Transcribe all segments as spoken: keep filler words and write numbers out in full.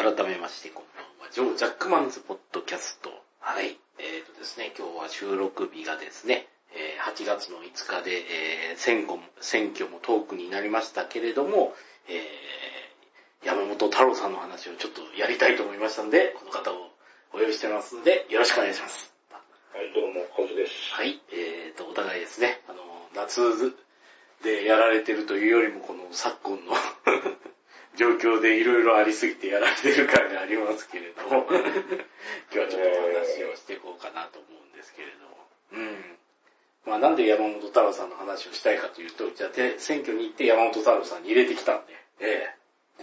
改めましてこんばんは。ジョー・ジャックマンズポッドキャスト。はい。えーとですね、今日は収録日がですね、えー、はちがつのいつかで、えー、選挙も、選挙も遠くになりましたけれども、えー、山本太郎さんの話をちょっとやりたいと思いましたので、この方をお呼びしてますので、よろしくお願いします。 はい、どうも、カズです。 はい。えーと、お互いですね、あの、夏でやられてるというよりも、この昨今の状況でいろいろありすぎてやられてる感がありますけれども、今日はちょっと話をしていこうかなと思うんですけれども。うん。まあなんで山本太郎さんの話をしたいかというと、じゃあ選挙に行って山本太郎さんに入れてきたんで、ええ。うん。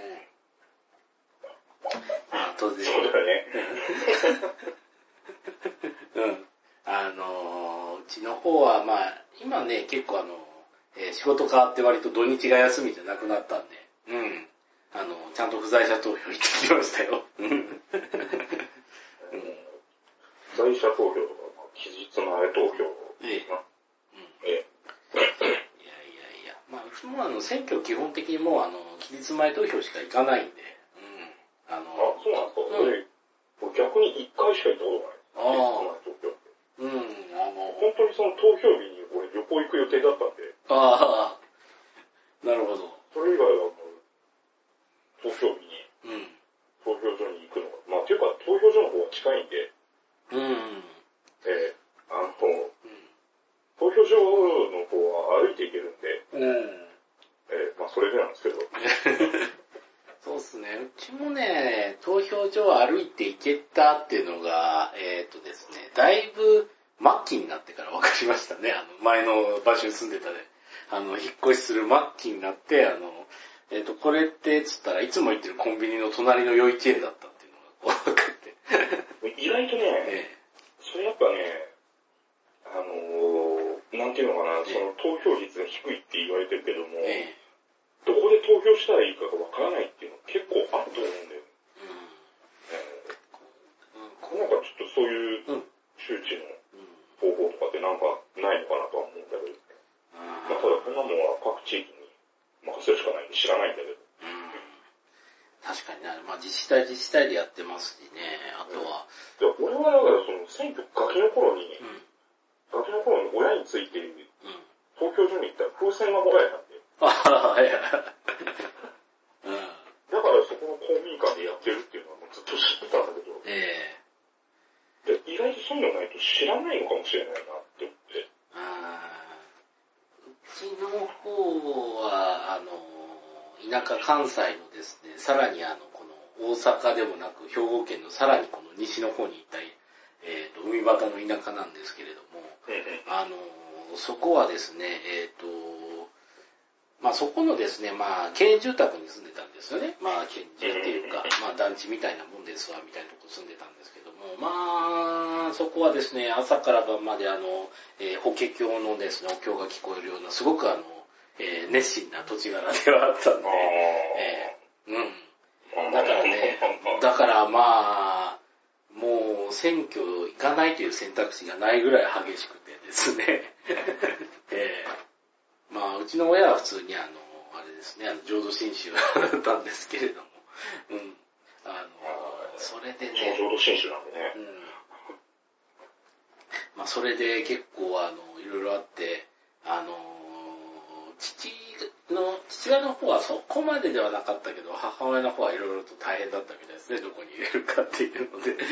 まあ当然。 そうだね。 うん。あのー、うちの方はまあ、今ね、結構あの、えー、仕事変わって割と土日が休みじゃなくなったんで、うん。あの、ちゃんと不在者投票行ってきましたよ。うん。 不在者投票とか、期日前投票。 ええ。うん。ええ。いやいやいや。まあ、もうあの、選挙基本的にもうあの、期日前投票しか行かないんで、うん。あの、 あ、そうなんですか、うん、逆にいっかいしか行ったことない。 ああ。 期日前投票。 うん、あの、 本当にその投票日に俺旅行行く予定だったんで。 ああ。なるほど。 それ以外はもう、投票日に、 うん。 投票所に行くのが、まあ、っていうか、投票所の方が近いんで、 うん。 ええ、あの、うん、投票所の方は歩いて行けるんで、 うん。 ええ、まあ、それでなんですけど。 そうっすね。うちもね、投票所を歩いて行けたっていうのが、えっとですね、だいぶ末期になってから分かりましたね。あの、前の場所に住んでたで、あの、引っ越しする末期になって、あの、えっと、これってつったらいつも行ってるコンビニの隣の夜市園だったっていうのが分かって。 意外とね、ええ、それやっぱね、あのー、なんていうのかな、ええ、その投票率が低いって言われてるけども、ええ、どこで投票したらいいかがわからないっていうのは結構あると思うんだよ。うん。えー、なんかちょっとそういう周知の方法とかってなんかないのかなとは思うんだけど、まあ、ただこんなもんは各地域に任せるしかないんで知らないんだけど。うん、 確かにね、まあ自治体自治体でやってますしね、あとは。 うん、俺はだからその選挙ガキの頃に、うん、ガキの頃に親について、うん、投票所に行ったら風船がもらえたんで。 ああ、はいはい。 うん。だからそこの公民館でやってるっていうのはもうずっと知ってたんだけど。 ええー。で、意外とそういうのないと知らないのかもしれないなって思って。 あうちの方は、あの、田舎関西のですね、さらにあの、この大阪でもなく兵庫県のさらにこの西の方に行ったり、えっと、海端の田舎なんですけれども、 うんうん、 あの、そこはですね、えっと、まあそこのですね、まあ、県営住宅に住んでたんですよね。まあ、県住っていうか、まあ団地みたいなもんですわ、みたいなとこ住んでたんですけども、まあ、そこはですね、朝から晩まであの、えー、法華経のですね、お経が聞こえるような、すごくあの、えー、熱心な土地柄ではあったんで、えー、うん。だからね、だからまあ、もう選挙行かないという選択肢がないぐらい激しくてですね、えーまあ、うちの親は普通にあの、あれですね、あの、浄土真宗だったんですけれども、うん。あの、それでね、 浄土真宗なんでね。 うん。まあ、それで結構あの、いろいろあって、あの、父の、父親の方はそこまでではなかったけど、母親の方はいろいろと大変だったみたいですね、どこに入れるかっていうので。うん。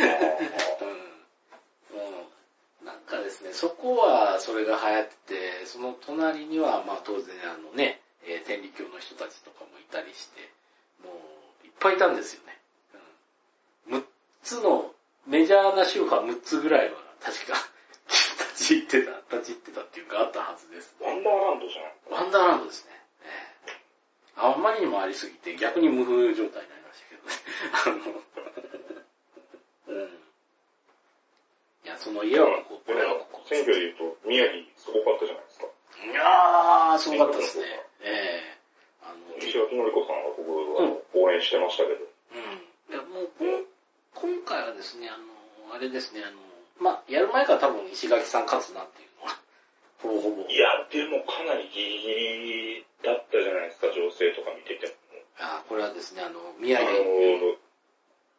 うんなんかですね、そこはそれが流行ってて、その隣にはまあ当然あのね、えー、天理教の人たちとかもいたりして、もういっぱいいたんですよね。うん、むっつのメジャーな宗派むっつぐらいは確か立ち入ってた、立ち入ってたっていうかあったはずです、 ね。ワンダーランドじゃん。 ワンダーランドですね。えー、あんまりにもありすぎて逆に無風状態になりましたけどね。あの、うん。いや、その家はここ、 これはここ。選挙で言うと、宮城すごかったじゃないですか。 いやー、すごかったですね。ええー。あの、 石垣のりこさんが僕は応援してましたけど。 うん。いや、もう、今回はですね、あの、あれですね、あの、まあ、やる前から多分石垣さん勝つなっていうのは、ほぼほぼ。 いや、でもかなりギリギリだったじゃないですか、情勢とか見てても。 あこれはですね、あの、宮城。 あの、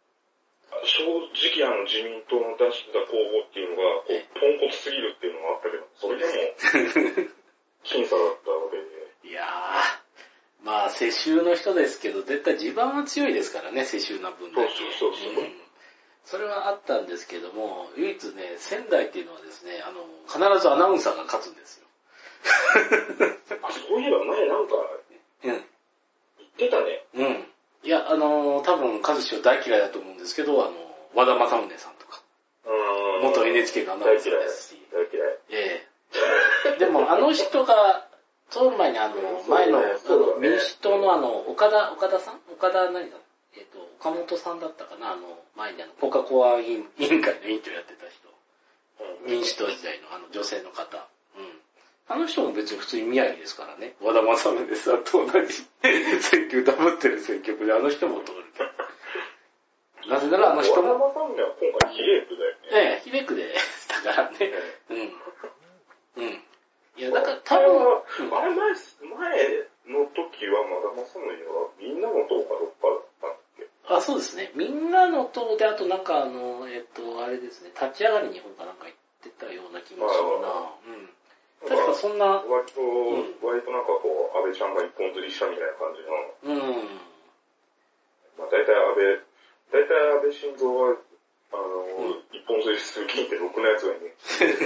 正直あの自民党の出した候補っていうのが、こう、ポンコツすぎるっていうのがあったけど、それでも、僅差だったわけで。 いやー、まあ世襲の人ですけど、絶対地盤は強いですからね、世襲な分だけ。 そうそうそう。うん、 それはあったんですけども、唯一ね、仙台っていうのはですね、あの、必ずアナウンサーが勝つんですよ。 あ、そういえば前なんか、うん。言ってたね。 うん。いや、あの、多分、和志は大嫌いだと思うんですけど、あの、和田正宗さんとか。元 エヌエイチケー のアナウンサーですし。 大嫌い。 ええ。でも、あの人が、その前にあの、前の、あの、民主党のあの、岡田、岡田さん岡田何だえっと、岡本さんだったかなあの、前にあの、コカ・コア委員委員会の委員長やってた人。民主党時代のあの、女性の方。うん。あの人も別に普通に宮城ですからね。和田正宗さんと同じ選挙、ダブってる選挙区であの人も通る。なぜならあの人も。 和田正宗は今回比例区だよね。 ええ、比例区でしたからね。うん。うん。いや、だから多分、あれ前、前の時は和田正宗はみんなの党かどっかだったんだっけ？ あ、そうですね。みんなの党で、あとなんかあの、えっと、あれですね、立ち上がり日本かなんか行ってたような気もするな。うん。確かそんな。 割と、うん、割となんかこう、安倍ちゃんが一本釣りしたみたいな感じの。うん。まあ大体安倍、大体安倍晋三は、あの、うん、一本釣りする金ってろくなやつがいね。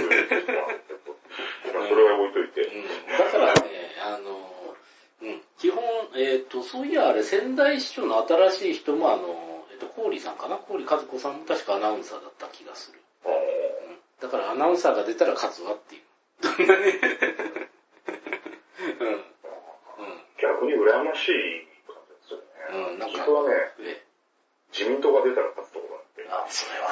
まあそれは置いといて。うん、 だからね、あの、うん、基本、えっと、そういやあれ、仙台市長の新しい人もあの、えっと、郡さんかな郡和子さんも確かアナウンサーだった気がする。うん、だからアナウンサーが出たら勝つわっていう。うん、 逆に羨ましい感じですよね。うん、なんか。人はね、自民党が出たら勝つところなんで。 あ、それは。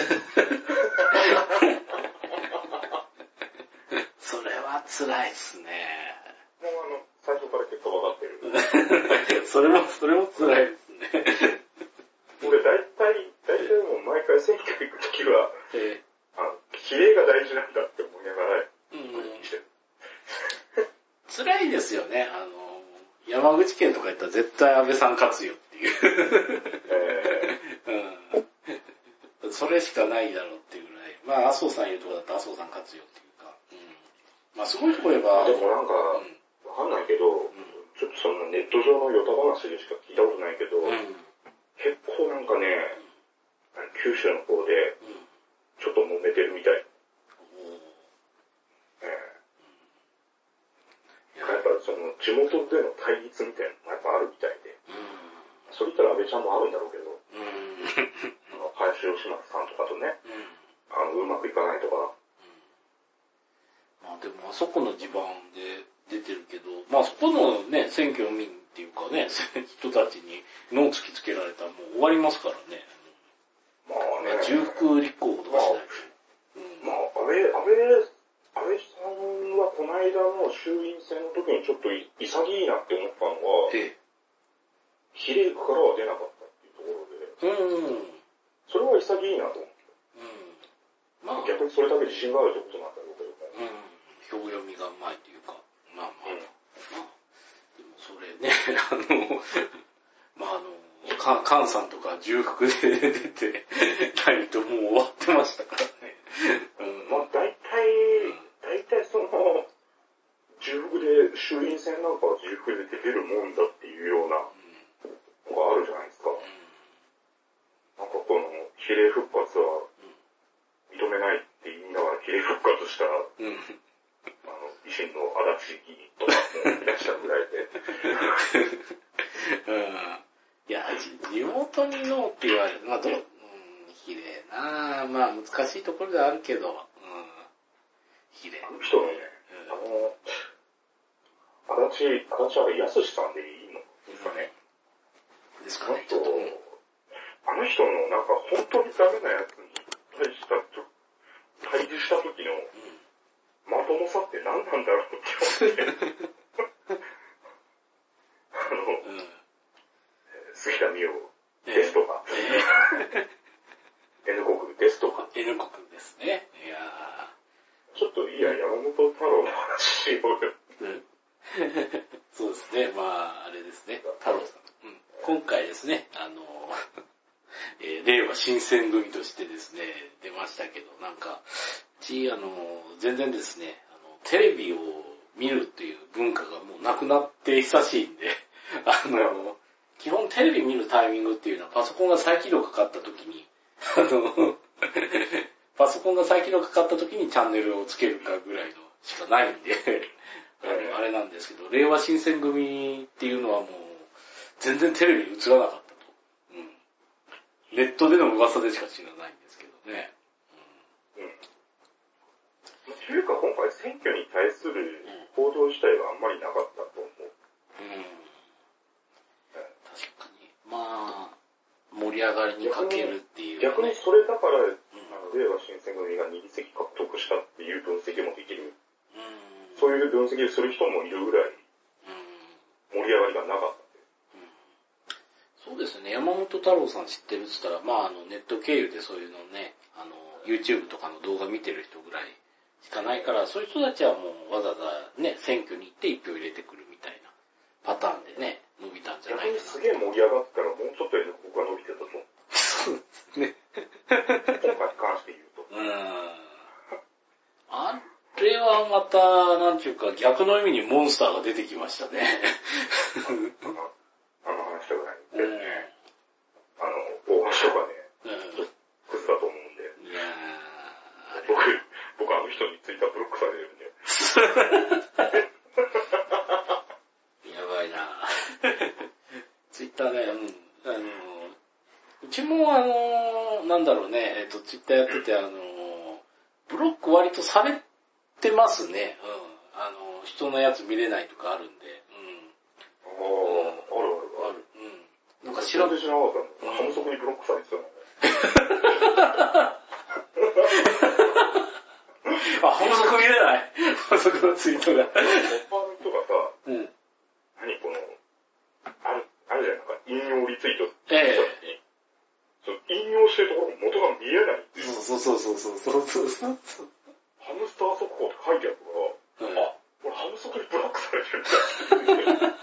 それは辛いですね。 もうあの、最初から結果分かってる。 それも、それも辛いですね。 俺大体、大体もう毎回選挙行くときは、ええ、あの、比例が大事なんだって思いながら、うん、 辛いですよね。あの、山口県とか言ったら絶対安倍さん勝つよっていう、えーうん。それしかないだろうっていうぐらい。まあ、麻生さん言うとこだったら麻生さん勝つよっていうか。うん、まあ、すごいとこ言えば。 でもなんか、わ、かんないけど、うん、ちょっとそのネット上のヨタ話でしか聞いたことないけど、うん、結構なんかね、九州の方で、ちょっと揉めてるみたい。やっぱその地元での対立みたいなのもやっぱあるみたいで、うん、それ言ったら安倍ちゃんもあるんだろうけど、うん、あの林芳正さんとかとね、うん、あのうまくいかないとか、 うん、まあでもあそこの地盤で出てるけど、まあそこのね選挙民っていうかね人たちに脳突きつけられたらもう終わりますからね。 まあね、 重複立候補とかしないと。 まあ、うん、まあ安倍安倍安倍さんはこの間の衆院選の時にちょっと潔いなって思ったのは、ええ、比例区からは出なかったっていうところで、うん、それは潔いなと思って、うん、まあ、逆にそれだけ自信があるってことなんだろうけども、 うん、票読みがうまいというか、まあまあ、うん、まあ、でもそれね、あの、まああの、菅さんとか重複で出てないともう終わってましたからね。 うん、まあ大体、大体その、重複で、衆院選なんかは重複で出るもんだっていうようなのがあるじゃないですか。うん、なんかこの、比例復活は認めないって言いながら比例復活した、うん、あの、維新の足立議員とかもいらっしゃるぐらいで。 うん、いや、地元にノーって言われる。まあどう、うん、比例なまあ難しいところではあるけど、うん、比例。 あの人のね、うん、あの、足立、足立あれ、安さんでいいのですかね。 ですかね。 あと、あの人のなんか本当にダメなやつに対した、対峙した時の、まともさって何なんだろうって思って。あの、うん、杉田水脈ですとか、N 国ですとか。 N 国ですね。いやーちょっといいや、山本太郎の話しようよ。 うんそうですね。まあ、あれですね。太郎さん。うん、今回ですね、あの、えー、 えー、令和新選組としてですね、出ましたけど、なんか、うち、あの、全然ですね、あの、テレビを見るっていう文化がもうなくなって久しいんで、あの、基本テレビ見るタイミングっていうのはパソコンが再起動かかった時に、あの、パソコンが再起動かかった時にチャンネルをつけるかぐらいのしかないんで、あの、あれなんですけど、令和新選組っていうのはもう、全然テレビに映らなかったと。うん。ネットでの噂でしか知らないんですけどね。 うん。うん。というか今回選挙に対する報道自体はあんまりなかったと思う。うん。うん、 確かに。まあ、盛り上がりに欠けるっていう、ね。 逆にそれだから、うん、あの、令和新選組がに議席獲得したっていう分析もできる。うん、そういう分析をする人もいるぐらい、盛り上がりがなかった。 そうですね、山本太郎さん知ってるって言ったら、まああのネット経由でそういうのね、あの YouTube とかの動画見てる人ぐらいしかないから、そういう人たちはもうわざわざね、選挙に行って一票入れてくるみたいなパターンでね、伸びたんじゃないかな。 逆にすげえ盛り上がったらもうちょっと僕は伸びてたと思う。 そうですね。 今回に関して言うと。 うーん。あれはまた、なんていうか逆の意味にモンスターが出てきましたね。 あの話とかに、うん、あの、大橋とかね、うん、クスだと思うんで。いやー、僕、僕あの人にツイッターブロックされるんで。 やばいなツイッターね、うん、あの、うちもあの、なんだろうね、えっと、ツイッターやってて、あの、ブロック割とされてますね。うん。あの、人のやつ見れないとかあるんで。 うん。ああ、うん、あるあるある。うん。なんか知らん。知らなかったの。ハムソクにブロックされてたのね。 あ、ハムソク見れない。ハムソクのツイートが。 モッパーの人がさ、 うん。 何この、ある、あるじゃないか、引用リツイートした時に、 ええ、その引用してるところ元が見えないっていう。 そうそうそうそうそうそうそうそう。 ハムスター速報って書いてあるから、うん、あ、俺ハムソクにブロックされてるんだ。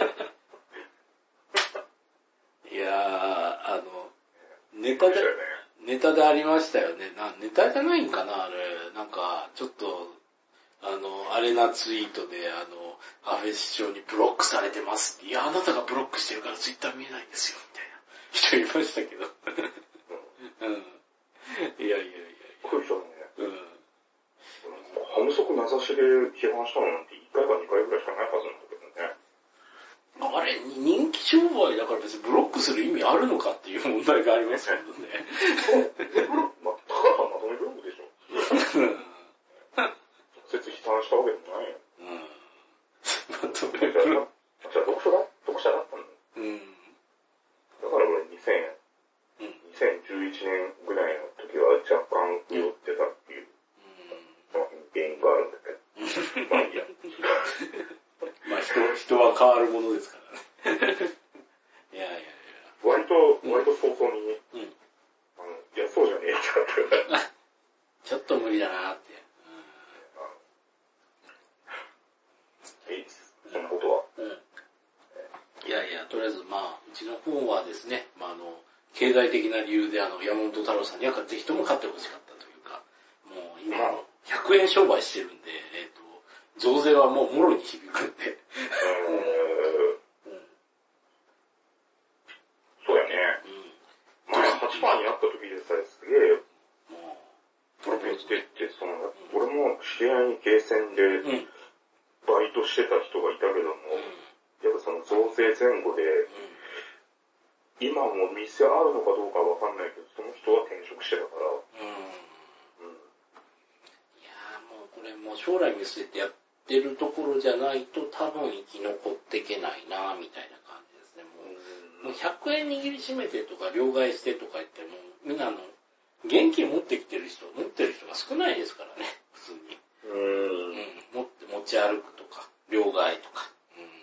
いやー、あの、ネタで、ネタでありましたよね。な、ネタじゃないんかな、あれ。なんか、ちょっと、あの、あれなツイートで、あの、安倍首相にブロックされてますって。いや、あなたがブロックしてるからツイッター見えないんですよ、みたいな人いましたけど。うん。いやいやいや。 こういう人ね。うん。ハムソク名指しで批判したのなんていっかいかにかいぐらいしかないはずなんだけどね。 あれ、人気商売だから別にブロックする意味あるのかっていう問題がありますけどね。 ブロック、まあ、たかがまとめブロックでしょ。直接批判したわけでもないよ。うん。まとめブロック。じゃあ読書だ、読者だったの。うん。だから俺にせん、うん、にせんじゅういちねんぐらいの時は若干酔ってたっていう、うん、原因があるんだけど。まあいいや。 まあ人、人は変わるものですからね。いやいやいや。 割と、割と早々に、うん、あの、いや、そうじゃねえってなったから。 ちょっと無理だなって。 うん、いいです。そんなことは。うん。 いやいや、とりあえずまあ、うちの方はですね、まああの、経済的な理由であの、山本太郎さんにはぜひとも勝ってほしかったというか、もう今、ひゃくえん商売してるんで、えっと、増税はもうもろに響くんで。うん、 そうやね。うん。まあ、はちパーになった時でさえすげえ、もう、プロペンしてって、その、うん、俺も知り合いにゲーセンで、バイトしてた人がいたけども、うん、やっぱその増税前後で、うん、今も店あるのかどうかわかんないけど、その人は転職してたから、うん。うん。 いやーもうこれもう将来見据えてやってるところじゃないと多分生き残っていけないなみたいな感じですね。もう、もうひゃくえん握りしめてとか両替してとか言っても、みんなあの、現金持ってきてる人、持ってる人が少ないですからね、普通に。うん。うん。持って持ち歩くとか、両替とか。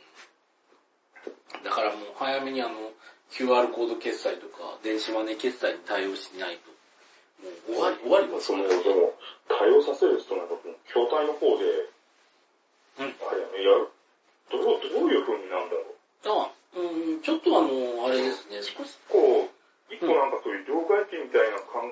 うん。だからもう早めにあの、キューアール コード決済とか、電子マネー決済に対応しないと。もう終わり、終わりますね。その、でも、対応させる人なんか、筐体の方で、うん。あれやね、やる。どう、どういう風になんだろう。 ああ、うん、ちょっとあの、あれですね、少し。 こう、一個なんかそういう両替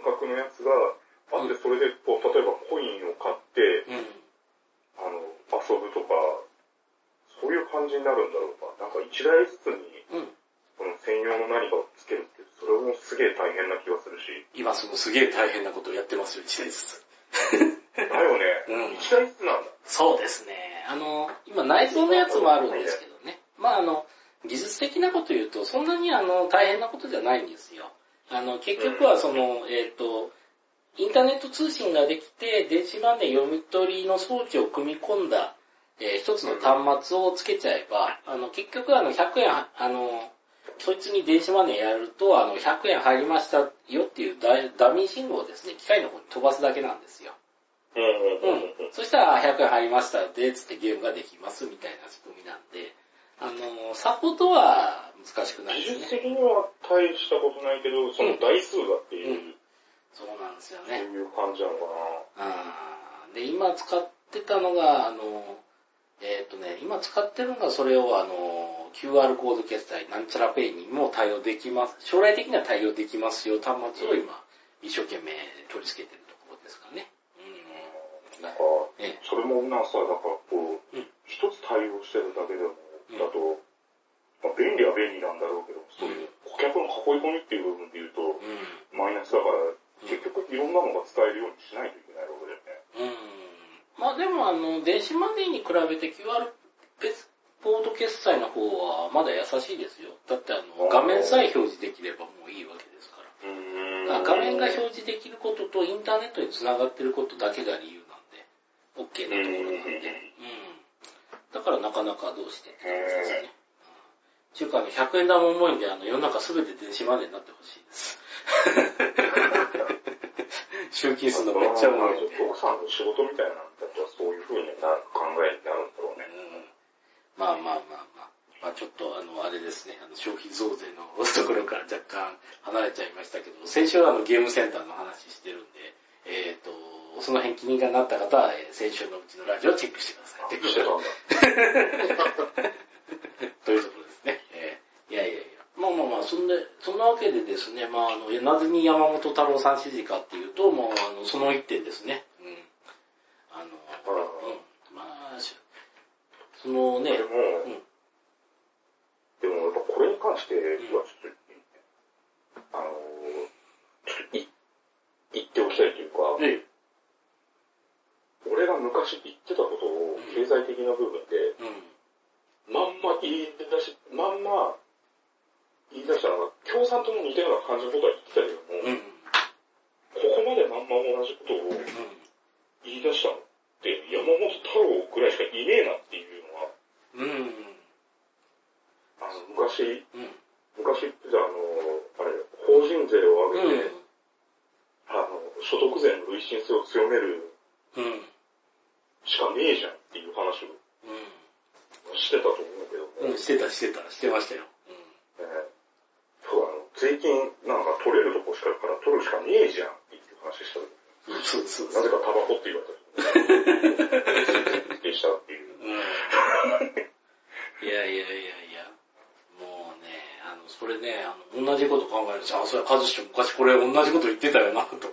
覚のやつがあって、それでこう、例えばコインを買って、うん、あの、遊ぶとか、そういう感じになるんだろうか。なんか一台ずつに、うん、この専用の何かをつけるって、それもすげえ大変な気がするし。 今そのすげえ大変なことをやってますよ、一台ずつ。 だよね。うん。一台ずつなんだ。 そうですね。あの、今内蔵のやつもあるんですけどね。まああの、技術的なこと言うと、そんなにあの、大変なことじゃないんですよ。あの、結局はその、うん、えっと、インターネット通信ができて、電子マネー読み取りの装置を組み込んだ、えー、一つの端末をつけちゃえば、あの、結局あの、ひゃくえん、あの、そいつに電子マネーやると、あの、ひゃくえん入りましたよっていうダミー信号をですね、機械の方に飛ばすだけなんですよ。うん。そしたらひゃくえん入りましたで、つってゲームができますみたいな仕組みなんで、あの、サポートは難しくないですね。 技術的には大したことないけど、その台数がっていう、うんうん。 そうなんですよね。 そういう感じなのかな。 あで、今使ってたのが、あの、えっとね、今使ってるのがそれをあの、キューアール コード決済、なんちゃらペイにも対応できます。将来的には対応できますよ、端末を今、一生懸命取り付けてるところですかね。 うん、なんか、それもなさ、だからこう、一、うん、つ対応してるだけでも、だと、うんまあ、便利は便利なんだろうけど、そういう顧客の囲い込みっていう部分で言うと、うん、マイナスだから、結局いろんなのが使えるようにしないといけないわけだよね。 うんまあでもあの、電子マネーに比べて キューアール コード決済の方はまだ優しいですよ。だってあの、画面さえ表示できればもういいわけですから。画面が表示できることとインターネットに繋がってることだけが理由なんで、OK なところなんで。うん。だからなかなかどうしてって感じですね。中華のひゃくえん玉重いんで、あの、世の中すべて電子マネーになってほしいです。集金するのめっちゃ重い。 奥さんの仕事みたいなのだとそういう風にな考えになるんだろうね。 うん、まあまあまあまあ。まあちょっとあの、あれですね、あの消費増税のところから若干離れちゃいましたけど、先週はあのゲームセンターの話してるんで、えっ、ー、と、その辺気になった方は、えー、先週のうちのラジオをチェックしてください。チェックしてたんだ。というところですね。えー、いやいやいや。まあまあまあ、そんで、そんなわけでですね、まああの、なぜに山本太郎さん支持かっていうと、もうあの、その一点ですね。うん。あの、うん。まあ、そのね、 でも、うん、でもやっぱこれに関してはちょっと、うん、あの、ちょっとい、言っておきたいというか、ね、俺が昔言ってたことを経済的な部分で、うん、まんま言い出し、まんま言い出したのが、共産党も似たような感じのことは言ってたけども、うん、ここまでまんま同じことを言い出したのって山本太郎ぐらいしかいねえなっていうのは、うん、あの昔、うん、昔ってじゃあの、あれ、法人税を上げて、うん、あの、所得税の累進性を強める、しかねえじゃんっていう話を、うん、してたと思うけども、 うん、してたしてた、してましたよ。 うんね、そうあの税金なんか取れるとこしかから取るしかねえじゃんっていう話した時、 うん、そうそうなぜかタバコって言われた。でしたっていう。うん、 いやいやいやいや、もうね、あの、それね、あの、同じこと考えると、あ、それは和志昔これ同じこと言ってたよな、と思って。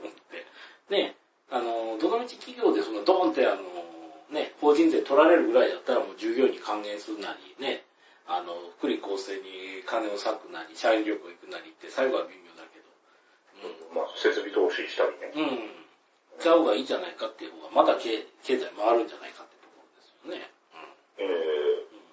ね、あの、どのみち企業でそのドーンってあの、ね、法人税取られるぐらいだったらもう従業員に還元するなり、ね、あの、福利厚生に金を割くなり、社員旅行行くなりって最後は微妙だけど。 うん、まあ、設備投資したりね。 うん。した方がいいんじゃないかっていう方が、まだ経経済回るんじゃないかってところですよね。うん、えー、うん、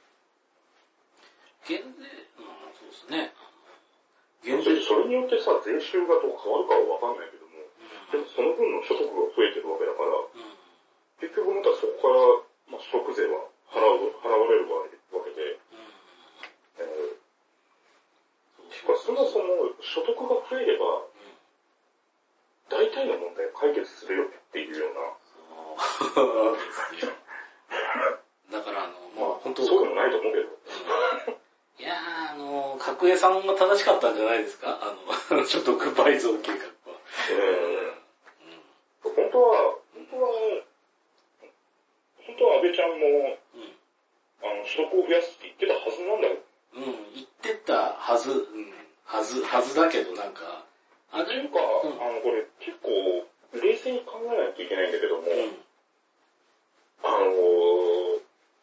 減税、まあそうですね。 減税、それによってさ、税収がどう変わるかはわかんないけども、うん、でもその分の所得が増えてるわけだから、うん、結局またそこから、まあ、所得税は払う、払われるわけで、うん、えー、しかしそもそも所得が増えれば、大体の問題を解決するよねっていうような。 そうですよ。だからあの、まあ本当そうでもないと思うけど。 いやー、あの、角栄さんが正しかったんじゃないですか、あの、所得倍増計画は。 えーうん、本当は、本当は、本当は安倍ちゃんも、うん、あの、所得を増やすって言ってたはずなんだよ。 うん、言ってたはず、うん、はず、はずだけどなんか、 あれいうか、うん、あの、これ結構、冷静に考えないといけないんだけども、うん、あのー、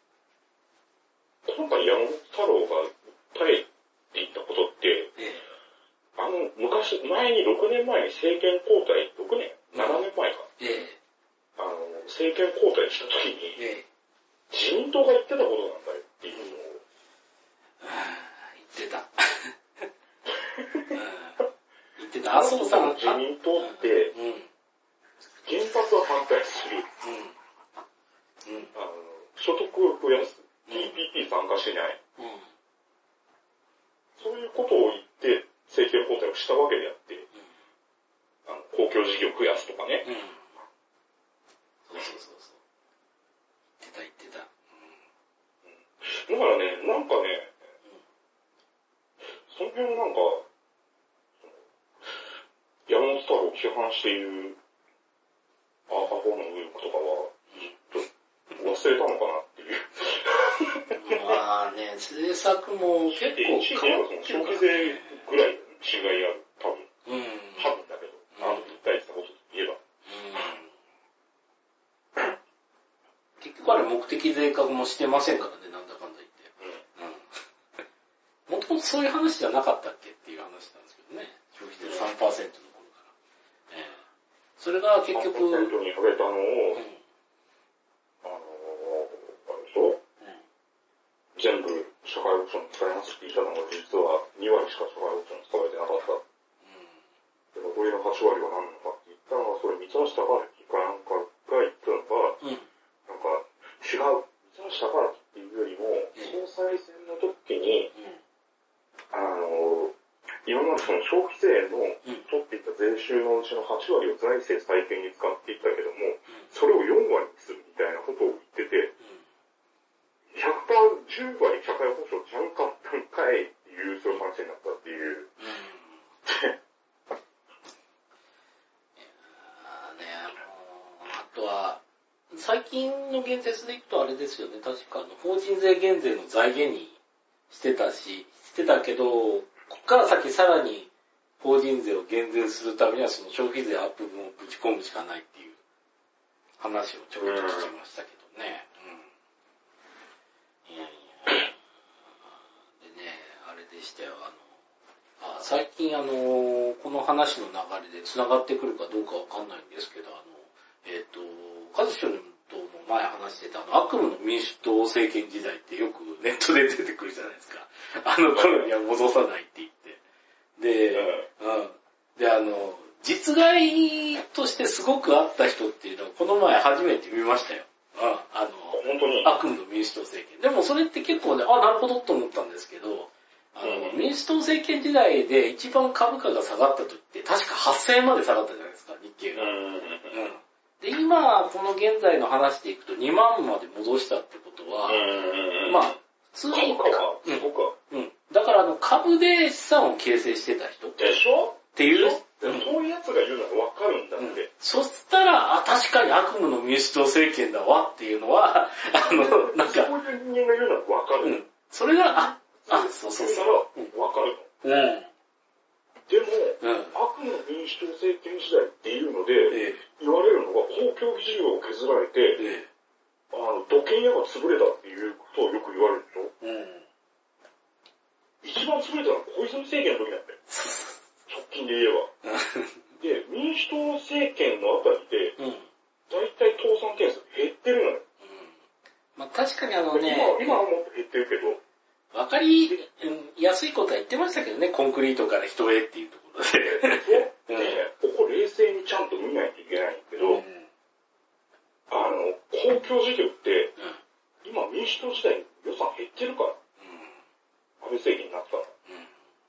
今回山本太郎が訴えていたことって、ええ、あの、昔、前にろくねんまえに政権交代、ろくねん ?なな 年前か。ええ、あの、政権交代した時に、ええ、自民党が言ってたことなんだよっていうのを。 言ってた。言ってた。麻生さん。 自民党って、うん、原発は反対する。うんうん、あの所得を増やす。ティーピーピー 参加しない、うん。そういうことを言って政権交代をしたわけであって、うん、あの公共事業を増やすとかね。うん、 そうそうそうそう。言ってた言ってた。 うん、だからね、なんかね、うん、その辺なんか、山本太郎を批判しているアーパフォーの右翼とかは、ちょっと忘れたのかなっていう。 まあね、政策も結構変わってる、消費税ぐらい違いある、多分。うん。多分だけど、あの、言ったこと言えば。 うん。結局あれ目的税額もしてませんからね、なんだかんだ言って。うん。うん。もともとそういう話じゃなかったっけっていう話なんですけどね。消費税 さんパーセント の頃から。ええ。それが結局。さんパーセントに上げたのを、うん、あのー、あれでしょ、うん、全部社会保障に使いますって言ったのが実はにわりしか社会保障に使われてなかった。うん、でも残りのはちわりは何なのかって言ったのは、それ三橋隆之かなんかが言ったのが、うん、なんか違う、三橋隆之っていうよりも、総裁選の時に、うん、あのー、今までその消費税の取っていた税収のうちのはちわりを財政再建に使っていったけども、それをよんわりにするみたいなことを言ってて、ひゃくパーセント、じゅうわり社会保障ちゃんかったんかいっていう、そういう話になったっていう。 あとは、最近の言説でいくとあれですよね、確かあの法人税減税の財源にしてたし、してたけど、ここから先さらに法人税を減税するためにはその消費税アップ分をぶち込むしかないっていう話をちょっと聞きましたけどね。うん。いやいや。でね、あれでしたよ、あの、あ最近あの、この話の流れで繋がってくるかどうかわかんないんですけど、あの、えっと、カズションとも前話してたあの、悪夢の民主党政権時代ってよくネットで出てくるじゃないですか。あの頃には戻さないって言って。で、うん。で、あの、実害としてすごくあった人っていうのをこの前初めて見ましたよ。うん。あの、 本当に悪夢の民主党政権。でもそれって結構ね、あ、なるほどと思ったんですけど、あの、うん、民主党政権時代で一番株価が下がった時って確かはっせんえんまで下がったじゃないですか、日経が。うん。で、今、この現在の話でいくとにまんまで戻したってことは、まあ、普通に、うん、うん。だからあの、株で資産を形成してた人。 でしょっていう。 そういうやつが言うのがわかるんだって。うん、 そしたら、あ、確かに悪夢の民主党政権だわっていうのは、あの、なんか。そういう人間が言うのがわかる。うん。 それが、あ、あ、そうそうそう。 言うならわかるの。うん。でも、うん、悪夢の民主党政権時代っていうので、ええ、言われるのが公共事業を削られて、ええ、あの、土建屋が潰れたっていうことをよく言われるでしょ。うん。一番潰れたのは小泉政権の時だって。直近で言えば。で、民主党政権のあたりで、うん、だいたい倒産件数減ってるのよ。うん、 まあ確かにあのね、 今、今はもっと減ってるけど、 わかりやすいことは言ってましたけどね、コンクリートから人へっていうところで。 そう、ね、ここ冷静にちゃんと見ないといけないんだけど、うん、あの、公共事業って、うん、今民主党時代に予算減ってるから。うん、安倍政権になったら。うん、い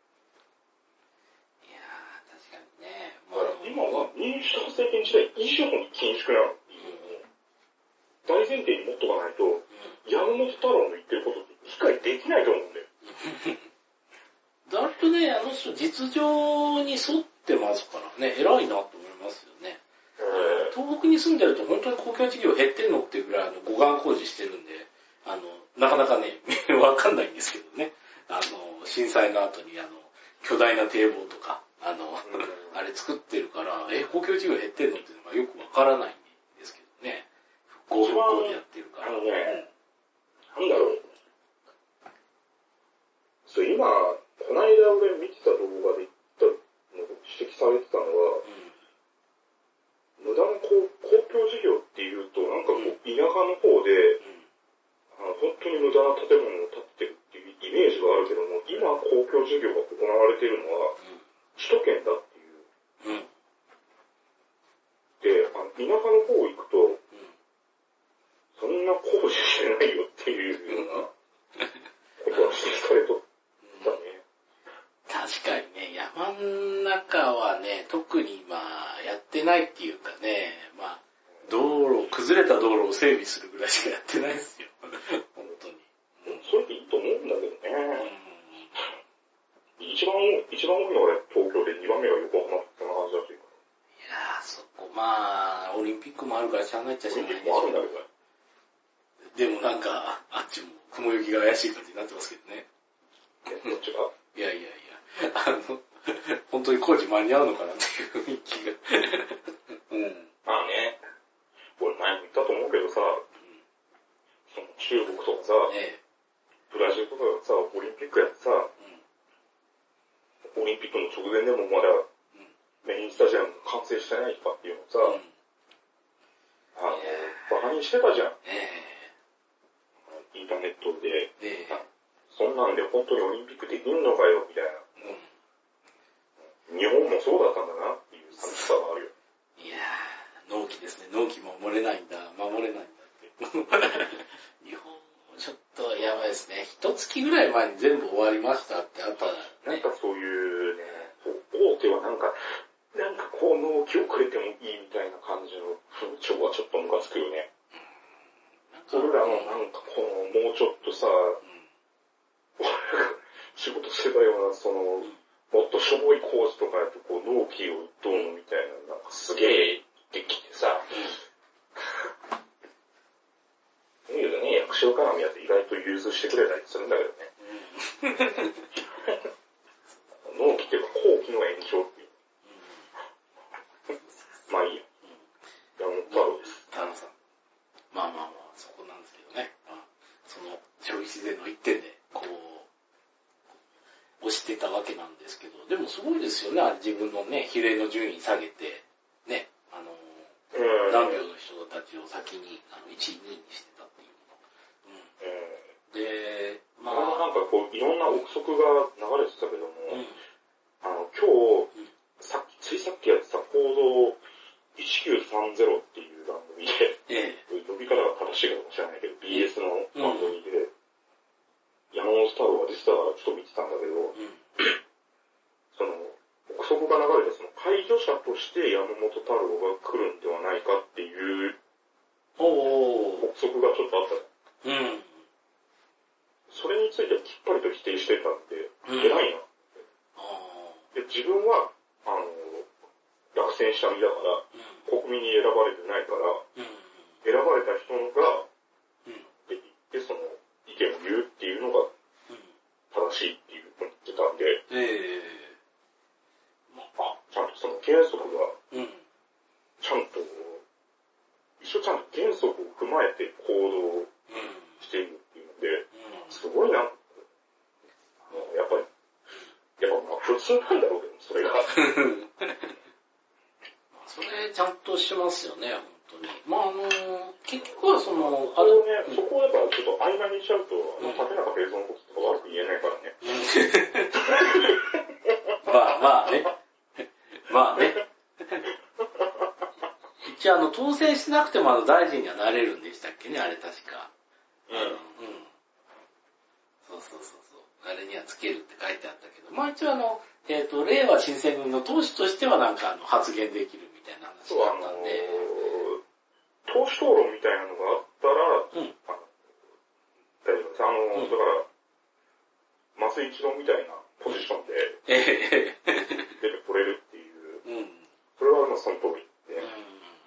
やー、確かにね。 だから今は民主党政権時代以上に緊縮なのっていうのを、大前提に持っとかないと、うん、山本太郎の言ってることって理解できないと思うんだよ。 だってね、あの人実情に沿ってますからね、偉いなと思いますよね。東北に住んでると本当に公共事業減ってんのっていうぐらいあの護岸工事してるんで、あの、なかなかね、わかんないんですけどね。あの、震災の後にあの、巨大な堤防とか、あの、あれ事業減ってるのっていうのがよくわからないんですけどね。復興復興でやってるから。 あのね、なんだろう。そう、今、この間俺見てた動画で言ったの指摘されてたのは、うん、無駄な公共事業っていうと、なんかこう、田舎の方で、うんあの本当に無駄な建物を建ててるっていうイメージがあるけども、今公共事業が行われているのは、首都圏だっていう。うん、で、あの田舎の方行くと、うん、そんな工事してないよっていうようなことは指摘されとったね。 確かにね、山の中はね、特にまあ、やってないっていうかね、まあ、道路、崩れた道路を整備するぐらいしかやってないですよ。本当に。 うん、それでいいと思うんだけどね。うん、一番、一番多いのは俺、東京でにばんめが横浜ってそんな感じだしい。いやー、そこ、まあ、オリンピックもあるからしゃあないっちゃしゃあないでしょ。 オリンピックもあるんだけど。でもなんか、あっちも雲行きが怪しい感じになってますけどね。 どっちがいやいやいや、あの、本当に工事間に合うのかなっていう雰囲気が。 うん。まあね。俺前も言ったと思うけどさ、うん、その中国とかさ、ね、ブラジルとかがさ、オリンピックやってさ、うん、オリンピックの直前でもまだ、うん、メインスタジアム完成してないとかっていうのをさ、うん、あの、バカにしてたじゃん。えー、インターネットで、えー、そんなんで本当にオリンピックできんのかよ、みたいな。うん、日本もそうだったんだなっていう寂しさがあるよ。 いやー、納期ですね。納期守れないんだ、守れないんだって。日本もちょっとやばいですね。一月ぐらい前に全部終わりましたってあったら、ね。 なんかそういうね、大手はなんか、なんかこう納期遅れてもいいみたいな感じの風潮はちょっとムカつくよね。うん、俺らのなんかこの、もうちょっとさ、うん、俺が仕事してたような、その、うん、もっとしょぼい工事とかやとこう納期をどうのみたいな、なんかすげえできてさ、うん、いいけどね、役所絡みやって意外と融通してくれたりするんだけどね。うん、納期っていうか後期の延長っていう。うん、まあいいや。うん、太郎です。 田中さん。まあまあまあ、そこなんですけどね。まあ、その消費税の一点で、こう、押してたわけなんですけど、でもすごいですよね、自分のね、比例の順位下げて、ね、あの、うん、何秒の人たちを先に、あの、いちい、にいにしてたっていうの。うん。で、まあ。 なんかこう、いろんな憶測が流れてたけども、うん、あの、今日、うん、さっき、ついさっきやってた報道いちきゅうさんゼロっていう番組で、ええ、呼び方が正しいかもしれないけど、ビーエス の番組で、うん、山本太郎が出てたからちょっと見てたんだけど、うん、その、憶測が流れたその介助者として山本太郎が来るんではないかっていう、憶測がちょっとあった。うん。それについてはきっぱりと否定してたんで、偉いなって、うん。で、自分は、あの、落選した身だから、うん、国民に選ばれてないから、うん、選ばれた人が、うん、で、で、その、意見を言うっていうのが、正しいっていうふうに言ってたんで、えー、あ、ちゃんとその原則が、うん、ちゃんと、一応ちゃんと原則を踏まえて行動しているっていうので、うん、すごいな、やっぱり、やっぱまあ普通なんだろうけど、それが。 それちゃんとしてますよね、本当に。まああのー、結局はその、 あれね、うん、そこをやっぱちょっと曖昧にしちゃうと、あの、竹中平蔵のこととか悪く言えないからね。 まあまあね。まあね。一応あの、当選しなくてもあの、大臣にはなれるんでしたっけね、あれ確か。うん。うん。そうそうそうそう。あれにはつけるって書いてあったけど、まあ一応あの、えっと、令和新選組の党首としてはなんかあの、発言できるみたいな話だったんで。 党首討論みたいなのがあったら、うん、あの大丈夫です。あの、うん、だから、松井一郎みたいなポジションで、出てこれるっていう、うん、それはまあその通りで、うん、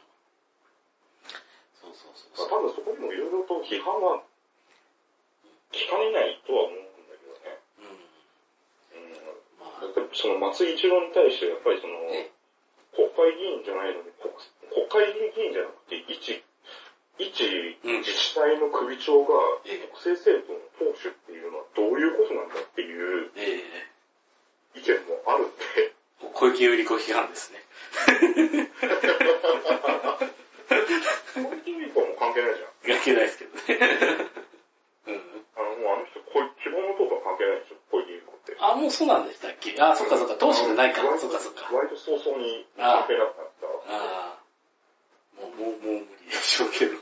そうそうそうそう。多分そこにもいろいろと批判は聞かれないとは思うんだけどね。うん。うん、まあ、だってその松井一郎に対してやっぱりその、 国会議員じゃないのに、国国会議員じゃなくて、一、一自治体の首長が国政政党の党首っていうのはどういうことなんだっていう意見もあるって。 小池百合子批判ですね。 小池百合子はもう関係ないじゃん。 関係ないですけどね。 うん、あの、もうあの人、希望の党とは関係ないでしょ、小池百合子って。 あ、もうそうなんでしたっけ？あ、そっかそっか、党首じゃないか。そっかそっか。 割と早々に関係なくなった。 ああ。もう、もう、もう無理でしょうけど。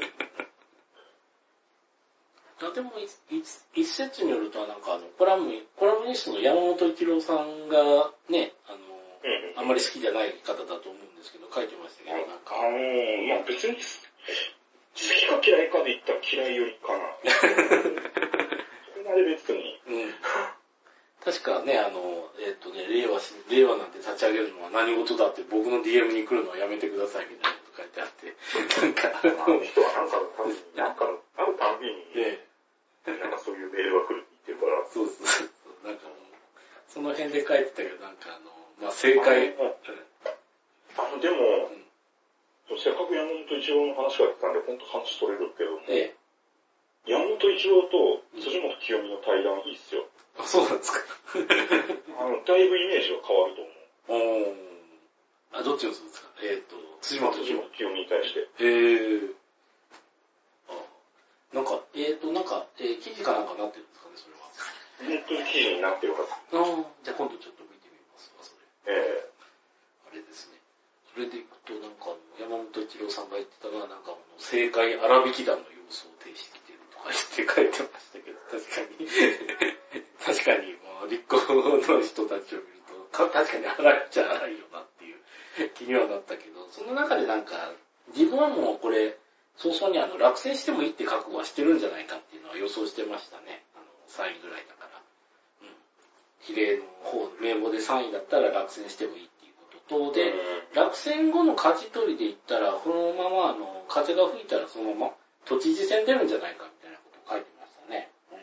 あでも一、一説によると、なんかあの、コラム、コラムニストの山本一郎さんがね、あの、うん、あんまり好きじゃない方だと思うんですけど、書いてましたけど、なんか。 あのー、まあ別に、好きか嫌いかで言ったら嫌いよりかな。それまで別に。うん。 確かね、あの、えっとね、令和し、令和なんて立ち上げるのは何事だって僕の ディーエム に来るのはやめてくださいみたいなこと書いてあって、なんか、 あの人はなんかのたびに、なんかの、あるたびに、ね、なんかそういうメールが来るって言ってるから。 そうそうそう。なんかもう、その辺で書いてたけど、なんかあの、まあ、正解。 あの、でも、うんせっかく山本一郎の話が来たんで、ほんと話取れるけども、ええ、山本一郎と辻元清美の対談いいっすよ。 あ、そうなんですか。 あの、だいぶイメージが変わると思う。 おー。あ、どっちのそうですか？えっ、ー、と、辻元清美に対して。 へー。あ、なんか、えっ、ー、と、なんか、えー、記事かなんかなってるんですかね、それは。 ネット記事になってるはず。 ああ、じゃあ今度ちょっと見てみますわ、それ。 ええー。あれですね。それでいくと、なんか、山本一郎さんが言ってたのは、なんか、正解荒引き団の様子を呈してきてるとか言って書いてましたけど、確かに。確かに、まあ、立候補の人たちを見ると、確かに荒いっちゃ荒いよなっていう気にはなったけど、その中でなんか、自分はもうこれ、早々にあの、落選してもいいって覚悟はしてるんじゃないかっていうのは予想してましたね。あの、さんいぐらいだから。うん。比例の方、名簿でさんいだったら落選してもいいっていうことと、で、落選後の勝ち取りで言ったら、このままあの、風が吹いたらそのまま都知事選出るんじゃないかみたいなことを書いてましたね。うん。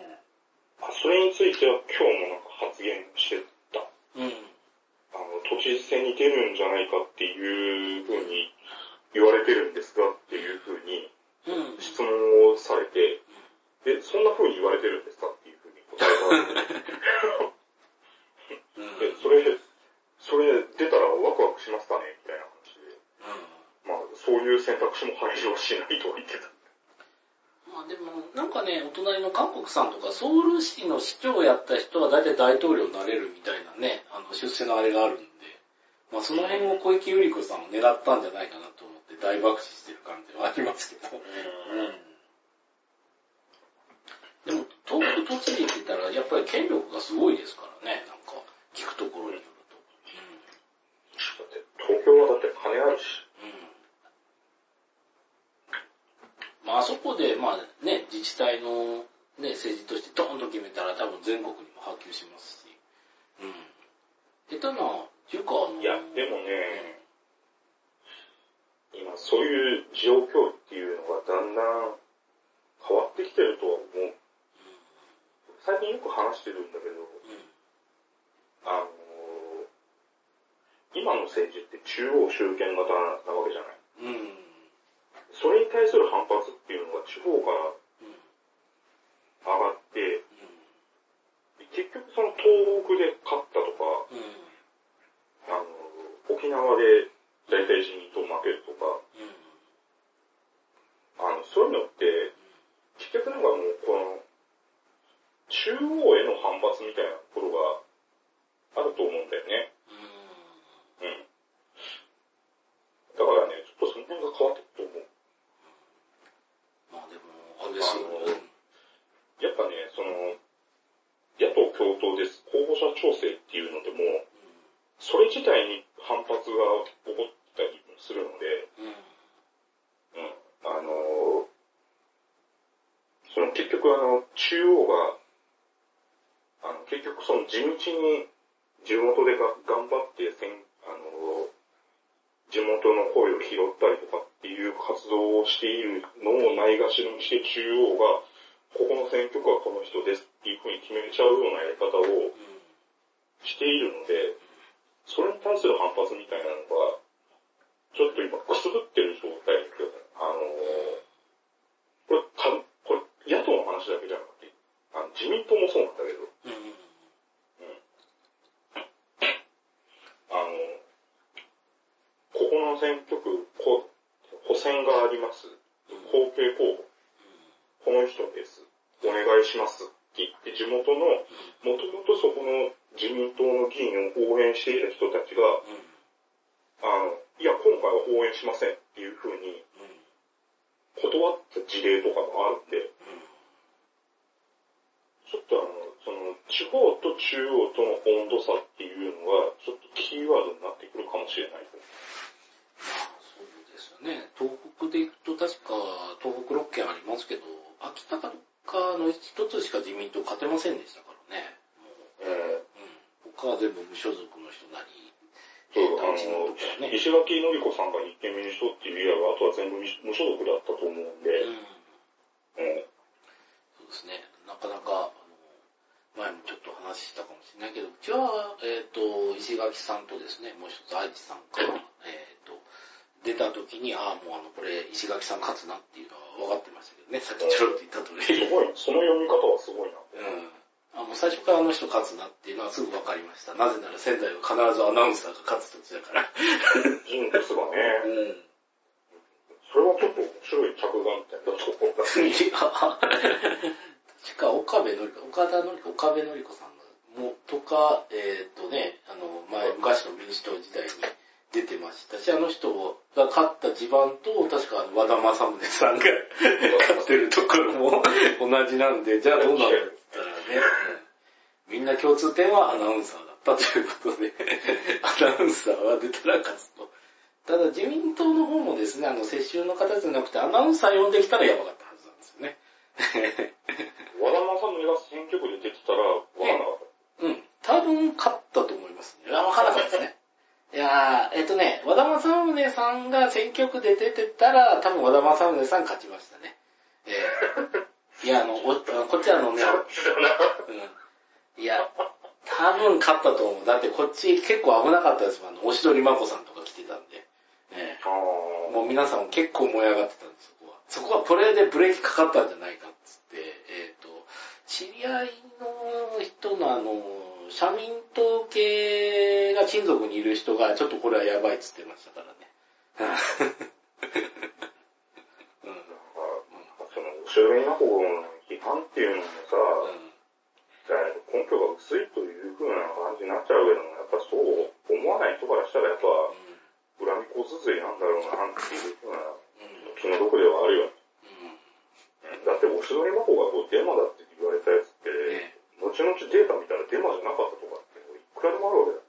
あ、それについては今日もなんか発言してた。 うん。 あの、都知事選に出るんじゃないかっていうふうに言われてるんですがっていうふうに質問をされて、うん、で、そんなふうに言われてるんですかっていうふうに答えがで、それ、それ出たらワクワクしますかねみたいな話で。うん、まあ、そういう選択肢も排除しないとは言ってた。 まあでも、なんかね、お隣の韓国さんとかソウル市の市長をやった人は大体大統領になれるみたいなね、あの出世のあれがあるんで、まあその辺を小池百合子さんを狙ったんじゃないかなと思って大爆死してる感じはありますけど。うん、でも、東京都知事って言ったらやっぱり権力がすごいですからね、なんか聞くところによると。 うん、だって東京はだって金あるし。 まあ、あそこで、まあね、自治体の、ね、政治としてドーンと決めたら多分全国にも波及しますし。うん。下手な、っていうかあの、 いや、でもね、うん、今そういう状況っていうのがだんだん変わってきてるとは思う。うん、最近よく話してるんだけど、うん、あのー、今の政治って中央集権型なわけじゃない。うん、それに対する反発っていうのが地方から上がって、うん、結局その東北で勝ったとか、うん、あの、沖縄で大体自民党負けるとか、うん、あの、そういうのって、結局なんかもうこの、中央への反発みたいなところがあると思うんだよね。うん。うん。だからね、ちょっとその辺が変わってくると思う。 まあでも、あれですよね。 やっぱね、その、野党共闘です、候補者調整っていうのでも、うん、それ自体に反発が起こったりもするので、うん。うん。あの、その結局あの、中央が、あの、結局その地道に地元でが頑張ってせん、あの、地元の声を拾ったりとかっていう活動をしているのをないがしろにして中央が、ここの選挙区はこの人ですっていうふうに決めちゃうようなやり方をしているので、それに対する反発みたいなのがちょっと今くすぶってる状態ですけど、あのー、これ、かこれ野党の話だけじゃなくて、あの自民党もそうなんだけど、うんうん、あの、ここの選挙区、こ補選があります。後継候補。この人です。お願いします。って言って、地元の、もともとそこの自民党の議員を応援している人たちが、あの、いや、今回は応援しませんっていう風に、断った事例とかもあるんで、ちょっとあの、その、地方と中央との温度差っていうのが、ちょっとキーワードになってくるかもしれない。 そうですよね。東北で行くと確か、東北ろっけんありますけど、秋田かどっかの一つしか自民党勝てませんでしたからね。えー、うん。他は全部無所属の人なり、 そう、あの、ね、石垣のり子さんが立憲民主党っていう以外は、あとは全部無所属だったと思うんで、うんうん、 そうですね。なかなか、あの、前もちょっと話したかもしれないけど、うちは、えっ、ー、と、石垣さんとですね、もう一つ愛知さんから、えっ、ー、と、出た時に、ああ、もうあの、これ、石垣さん勝つなっていうのは分かってましたけどね、さっきちょろっと言った通り。 すごい、その読み方はすごいな。 うん。あもう最初からあの人勝つなっていうのはすぐ分かりました。なぜなら仙台は必ずアナウンサーが勝つ土地だから。 ジンクスがね。うん。それはちょっと面白い着眼点だと思った。いや、 確か岡部のり子、岡田のり子、岡部のり子さんが、も、とか、えっ、ー、とね、あの、前、昔の民主党時代に出てましたし、あの人が勝った地盤と、確かあの和田正宗さんが勝ってるところも同じなんで、じゃあどうなるって言ったらね、みんな共通点はアナウンサーだったということで、アナウンサーは出たら勝つと。ただ自民党の方もですね、あの、世襲の方じゃなくてアナウンサー呼んできたらやばかったはずなんですよね。 和田正宗が選挙区で出てたらわからなかった。 うん。多分勝ったと思いますね。わからなかったですね。いやー、えっとね、和田正宗さんが選挙区で出てたら、多分和田正宗さん勝ちましたね。えー、いや、あの、おこっちはあのね、うん、いや、多分勝ったと思う。だってこっち結構危なかったですもん。あの、おしどりまこさんとか来てたんで。えー、もう皆さんも結構燃え上がってたんです、そこは。そこはこれでブレーキかかったんじゃないかっつって、えっと、知り合いの人のあの、社民党系が親族にいる人が、ちょっとこれはやばいっつってましたからね。 うん、その、おしどりまこの批判っていうのもさ、うん根拠が薄いという風な感じになっちゃうけども、やっぱそう思わない人からしたらやっぱ、うん、恨み小続いなんだろうなっていう風な、気の毒ではあるよね。うん、だっておしどりまこがこうデマだって言われたやつって、ね、後々データ見たらデマじゃなかったとかっていくらでもあるわけだよ。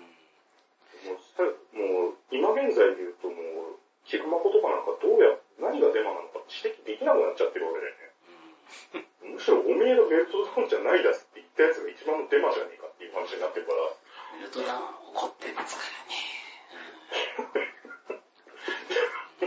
うん、もう、もう今現在で言うともう、菊まことかなんかどうや、何がデマなのか指摘できなくなっちゃってるわけだよね。むしろおめえがベルトダウンじゃないだすって言ったやつが一番のデマじゃねえかっていう話になってるから。 ベルトダウン怒ってますからね。うん、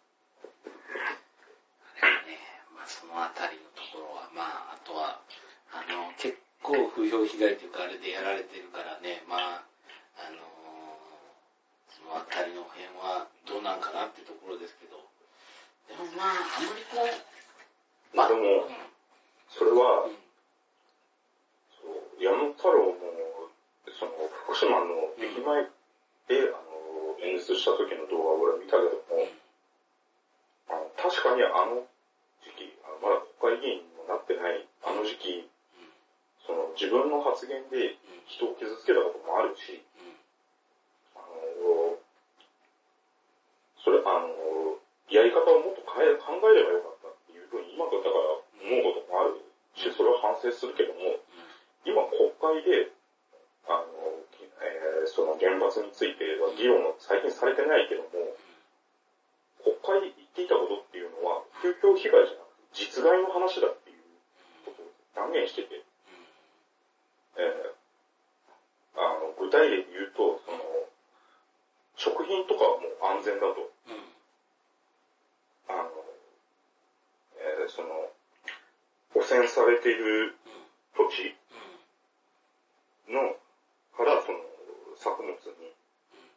あれはね、まあそのあたりのところは、まああとは、あの、結構風評被害というかあれでやられてるからね、まあ、あのー、そのあたりの辺はどうなんかなってところですけど、でもまあ、あんまりこう、 まあでも、うんそれは、うん、そう矢野太郎も、その、福島の駅前で、うん、あの、演説した時の動画を俺見たけども、うん、あの確かにあの時期、あのまだ国会議員にもなってないあの時期、うん、その自分の発言で人を傷つけたこともあるし、うん、あの、それ、あの、やり方をもっと変え、考えればよかったっていうふうに今だから思うこともある。それは反省するけども、うん、今国会で、あの、えー、その原発については議論は最近されてないけども、国会で言っていたことっていうのは、風評被害じゃなくて実害の話だっていうことを断言してて、えー、あの、具体例で言うと、その、食品とかはもう安全だと。うん、あの、えー、その、汚染されている土地の、からその作物に、その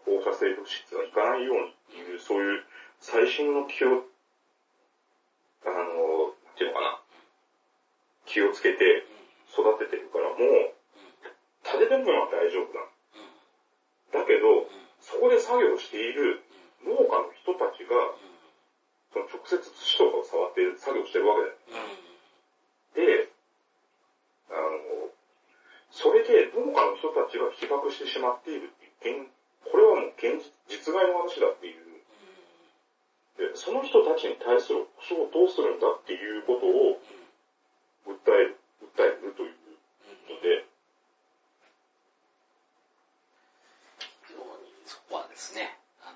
放射性物質がいかないようにっていう、そういう最新の気を、あの、なんていうのかな、気をつけて育ててるから、もう、種でもは大丈夫だ。だけど、そこで作業している農家の人たちが、その直接土とかを触って作業してるわけだよ。で、あの、それで農家の人たちが被爆してしまっているっていう、これはもう現実、実害の話だっていう。で、その人たちに対する保障をどうするんだっていうことを訴える、訴えるというので、 非常にそこはですね、あの、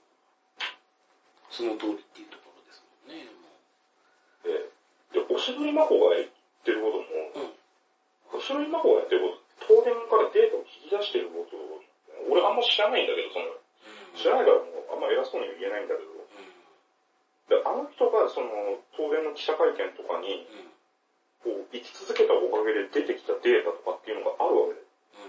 その通りっていうところですもんね。 もうで、で、おしどりまこが言ってることも、うん、おしどりまこがやってること、東電からデータを引き出してることを、俺あんま知らないんだけど、その、うん、知らないからもうあんま偉そうには言えないんだけど、であの人がその東電の記者会見とかに、こう生き続けたおかげで出てきたデータとかっていうのがあるわけだよ。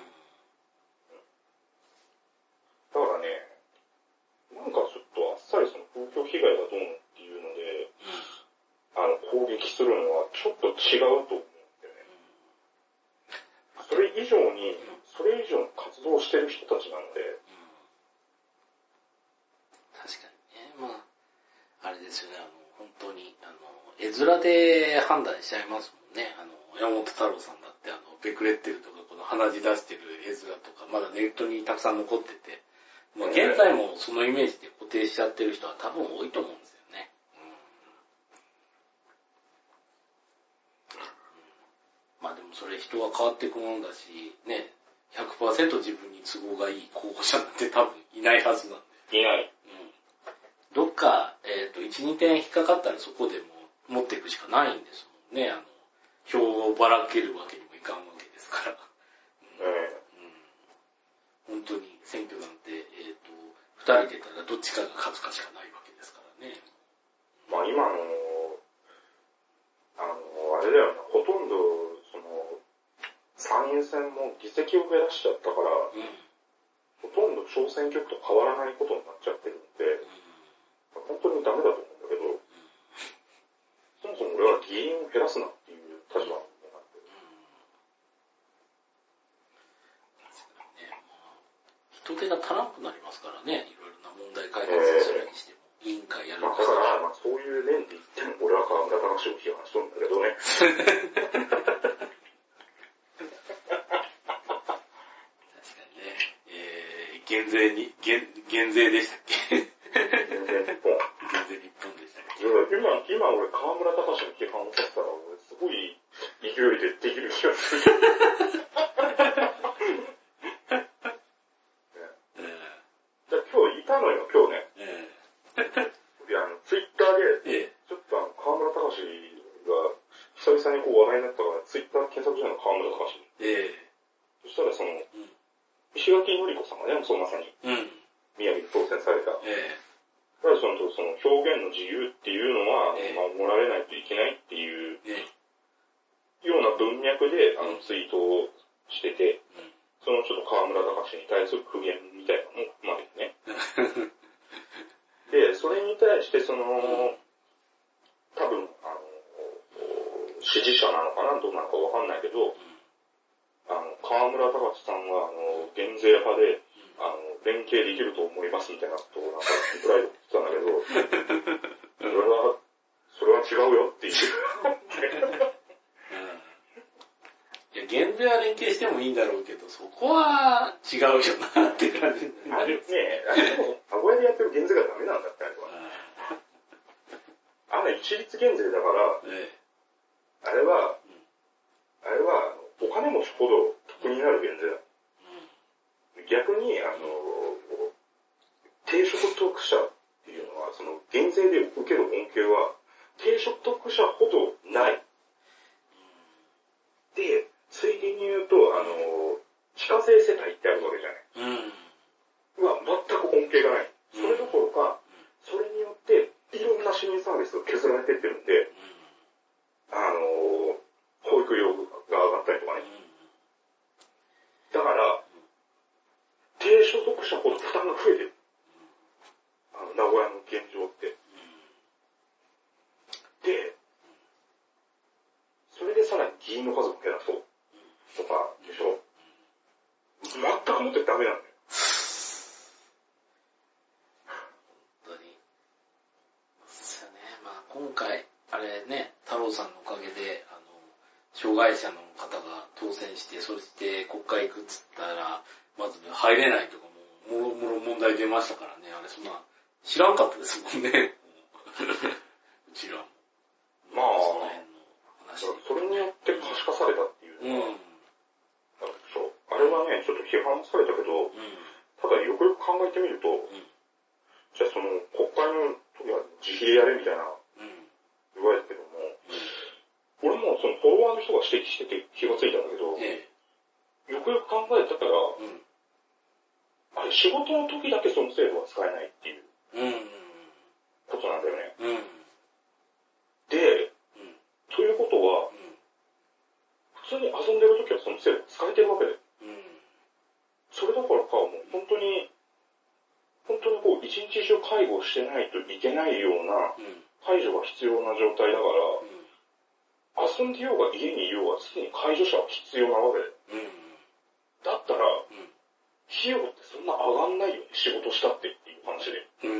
だからね、なんかちょっとあっさりその風評被害がどうのっていうので、あの攻撃するのはちょっと違うと思うんだよね。それ以上に、それ以上の活動をしてる人たちなので。 確かにね、まあ。あれですよね、あの、本当に、あの、絵面で判断しちゃいますもんね。あの、山本太郎さんだって、あの、ベクレッテルとか、この鼻血出してる絵面とか、まだネットにたくさん残ってて、まあ、現在もそのイメージで固定しちゃってる人は多分多いと思うんですよね。うんうん、まあでもそれ人は変わっていくものだし、ね、ひゃくパーセント 自分に都合がいい候補者なんて多分いないはずなんで。 いない。 どっか、えっと、いち、にてん引っかかったらそこでも持っていくしかないんですもんね。あの、票をばらけるわけにもいかんわけですから。うんうん、本当に選挙なんて、えっと、二人出たらどっちかが勝つかしかないわけですからね。 まあ今の、あの、あれだよね、ほとんど、その、参院選も議席を減らしちゃったから、うん、ほとんど小選挙区と変わらないことになっちゃってるんで、うん、本当にダメだと思うんだけど、うん、そもそも俺は議員を減らすなっていう立場なんだなって。 人手が足らなくなりますからね、いろいろな問題解決するにしても、えー、委員会やるにしても。まあ、だから、まあ、そういう面で言っても、俺は河村隆を批判しとるんだけどね。 減税に、減、減税でしたっけ？ 減税日本。 減税日本でしたっけ？ 今、今俺、河村隆の批判をさせたら、俺、すごい勢いでできる気がする。じゃあ今日いたのよ、今日ね。いや、あの、ツイッターで、ちょっとあの、河村隆が、久々にこう話題になったから、ツイッター検索したの河村隆。ええ。そしたらその、うん石垣のり子さんがね、そうまさに、うん、宮城で当選された。ええ。だからその、その表現の自由っていうのは、ええ、守られないといけないっていう、ええ、ような文脈で、あの、ツイートをしてて、うん、そのちょっと河村隆に対する苦言みたいなのも含まれてね。で、それに対して、その、うん、多分、あの、支持者なのかな、どうなのかわかんないけど、うんあの、河村隆さんは、あの、減税派で、あの、連携できると思いますみたいなことをなんか、リプライド言ってたんだけど、それは、それは違うよっていう。 いや、減税は連携してもいいんだろうけど、そこは違うよなって感じになる。 ねえ、あれも、名古屋でやってる減税がダメなんだって、あれは。あの一律減税だから、ええ、あれは、あれは、お金持ちほど得になる減税だ。うん、逆に、あの、低所得者っていうのは、その減税で受ける恩恵は、低所得者ほどない。うん、で、ついでに言うと、あの、非課税世帯ってあるわけじゃない。うん。は、全く恩恵がない。それどころか、それによって、いろんな市民サービスが削られてってるんで、うん、あの、保育料が上がったりとかね。だから、低所得者ほど負担がが増えてる。あの、名古屋の現状って。で、それでさらに議員の数も減らそうとかでしょ。全くもってダメなんだよ。 本当に。そうよね。まあ今回、あれね、太郎さんのおかげで、あの、障害者の方が当選して、そして国会行くっつったら、まず入れないとかも、もろもろ問題出ましたからね。あれそんな、知らんかったですもんね。うちらも。 まあ、その辺の話。それによって可視化されたっていうのは、うん、そう。あれはね、ちょっと批判されたけど、うん、ただよくよく考えてみると、うん、じゃあその国会の時は自費でやれみたいな、言われたけども、うん、俺もそのフォロワーの人が指摘してて気がついたんだけど、ええ、よくよく考えたら、うん、あれ仕事の時だけその制度は使えないっていう、ことなんだよね。うん、で、うん、ということは、うん、普通に遊んでる時はその制度使えてるわけで。うん、それだからか、もう本当に、本当にこう、一日中介護してないといけないような、介助が必要な状態だから、うん、遊んでようが家にいようが常に介助者は必要なわけで。うん、だったら、うん、費用ってそんな上がんないよね、仕事したってっていう話で。うん。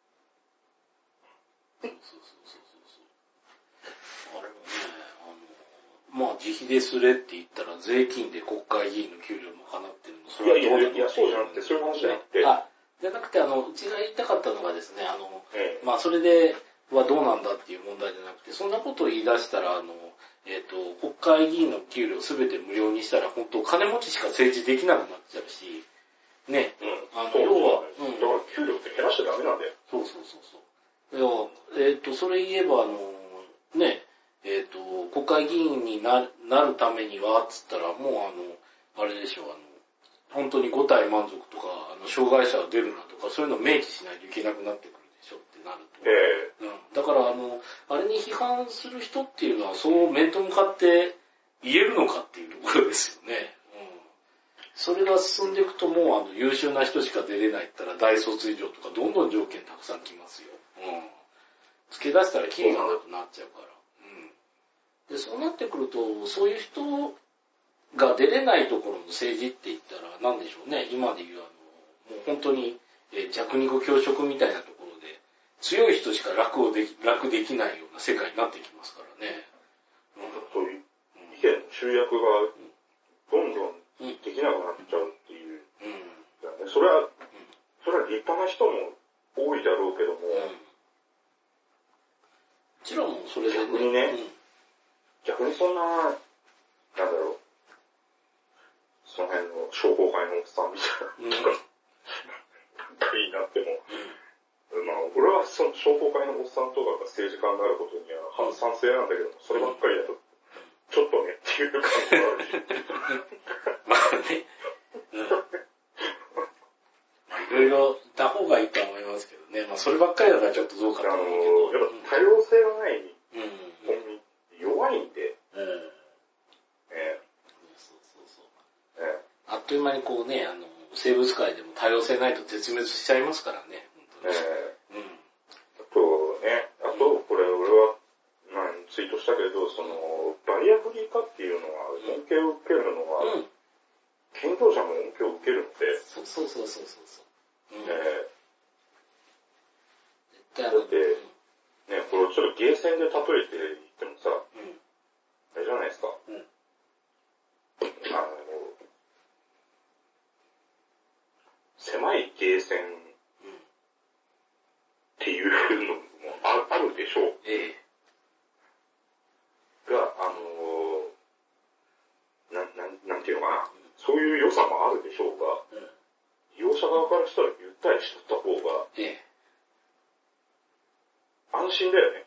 そうそうそうそう。あれもね、あの、まあ自費ですれって言ったら税金で国会議員の給料も払ってるの、それはどうなの？いやいやいや、そうじゃなくて、そういう話じゃなくて。あ、じゃなくて、あの、うちが言いたかったのがですね、あの、ええ、まあそれではどうなんだっていう問題じゃなくて、そんなことを言い出したら、あの、えっと、国会議員の給料すべて無料にしたら、本当金持ちしか政治できなくなっちゃうし、ね。うん。あの、要は、うん。だから給料って減らしちゃダメなんだよ。そうそうそうそう。えっと、それ言えば、あの、ね、えっと、国会議員になる、なるためには、つったら、もうあの、あれでしょう、あの、本当に五体満足とか、あの、障害者は出るなとか、そういうのを明記しないといけなくなってくるでしょってなると。ええー。うん。だから、あの、あれに批判する人っていうのは、そう面と向かって言えるのかっていうところですよね。それが進んでいくともうあの優秀な人しか出れないったら大卒以上とかどんどん条件たくさん来ますよ。うん。付け出したらキリがなくなっちゃうから。うん。で、そうなってくると、そういう人が出れないところの政治って言ったら何でしょうね。今で言うあの、もう本当に弱肉強食みたいなところで強い人しか楽をでき、楽できないような世界になってきますからね。なんかそういう意見の集約がどんどんできなくなっちゃうっていう。うん。それは、うん、それは立派な人も多いだろうけども、うん、もちろんそれでね。逆にね、うん、逆にそんな、なんだろう、その辺の商工会のおっさんみたいな、うん、がいいなっても、うん、まあ俺はその商工会のおっさんとかが政治家になることには賛成なんだけど、そればっかりだと、ちょっとねっていう感じがあるし。まあね。いろいろいた方がいいと思いますけどね。まあそればっかりだからちょっとどうかと思うけど。やっぱ多様性がないコンビニって弱いんで。うん。ええ。そうそうそう。ええ。あっという間にこうね、あの、生物界でも多様性ないと絶滅しちゃいますからね。本当に。ええ。うん。あとね、あとこれ俺は、まあツイートしたけど、その、バリアフリー化っていうのは、恩恵を受けるのは、うん、健常者も恩恵を受けるので。そうそうそうそうそう。うん、えー、だって、ね、これちょっとゲーセンで例えて言ってもさ、うん、あれじゃないですか。うん、あの、狭いゲーセンっていうのも あ, あるでしょう。ええ、が、あの、な、な、なんていうのかな、うん、そういう良さもあるでしょうが、うん、利用者側からしたらゆったりしとった方が、ええ、安心だよね。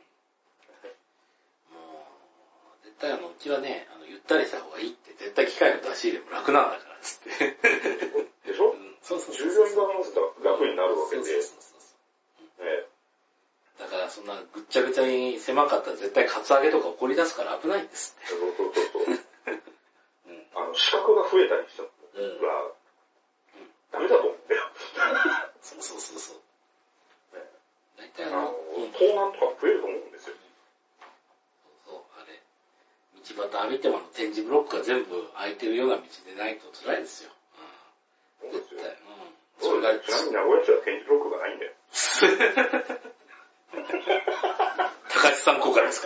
うん。もう、絶対あの、うちはね、あの、ゆったりした方がいいって、絶対機械の出し入れも楽なんだから、つって。でしょ、うん、そうそうそう。従業員側の楽になるわけで。そうそうそうそう、ね。だからそんなぐっちゃぐちゃに狭かったら絶対カツアゲとか起こり出すから危ないんですって。そうそうそうそう。うん、あの、資格が増えたりしたら、うん、 ダメだと思うんだよ。 そうそうそうそう。 大体あの、盗難とか増えると思うんですよ。 そうそう、あれ。道端歩いても点字ブロックが全部空いてるような道でないと辛いですよ。 うん、そうですよ。 絶対。うん。それが、 ちなみに名古屋市は点字ブロックがないんだよ。 高橋さん効果ですか？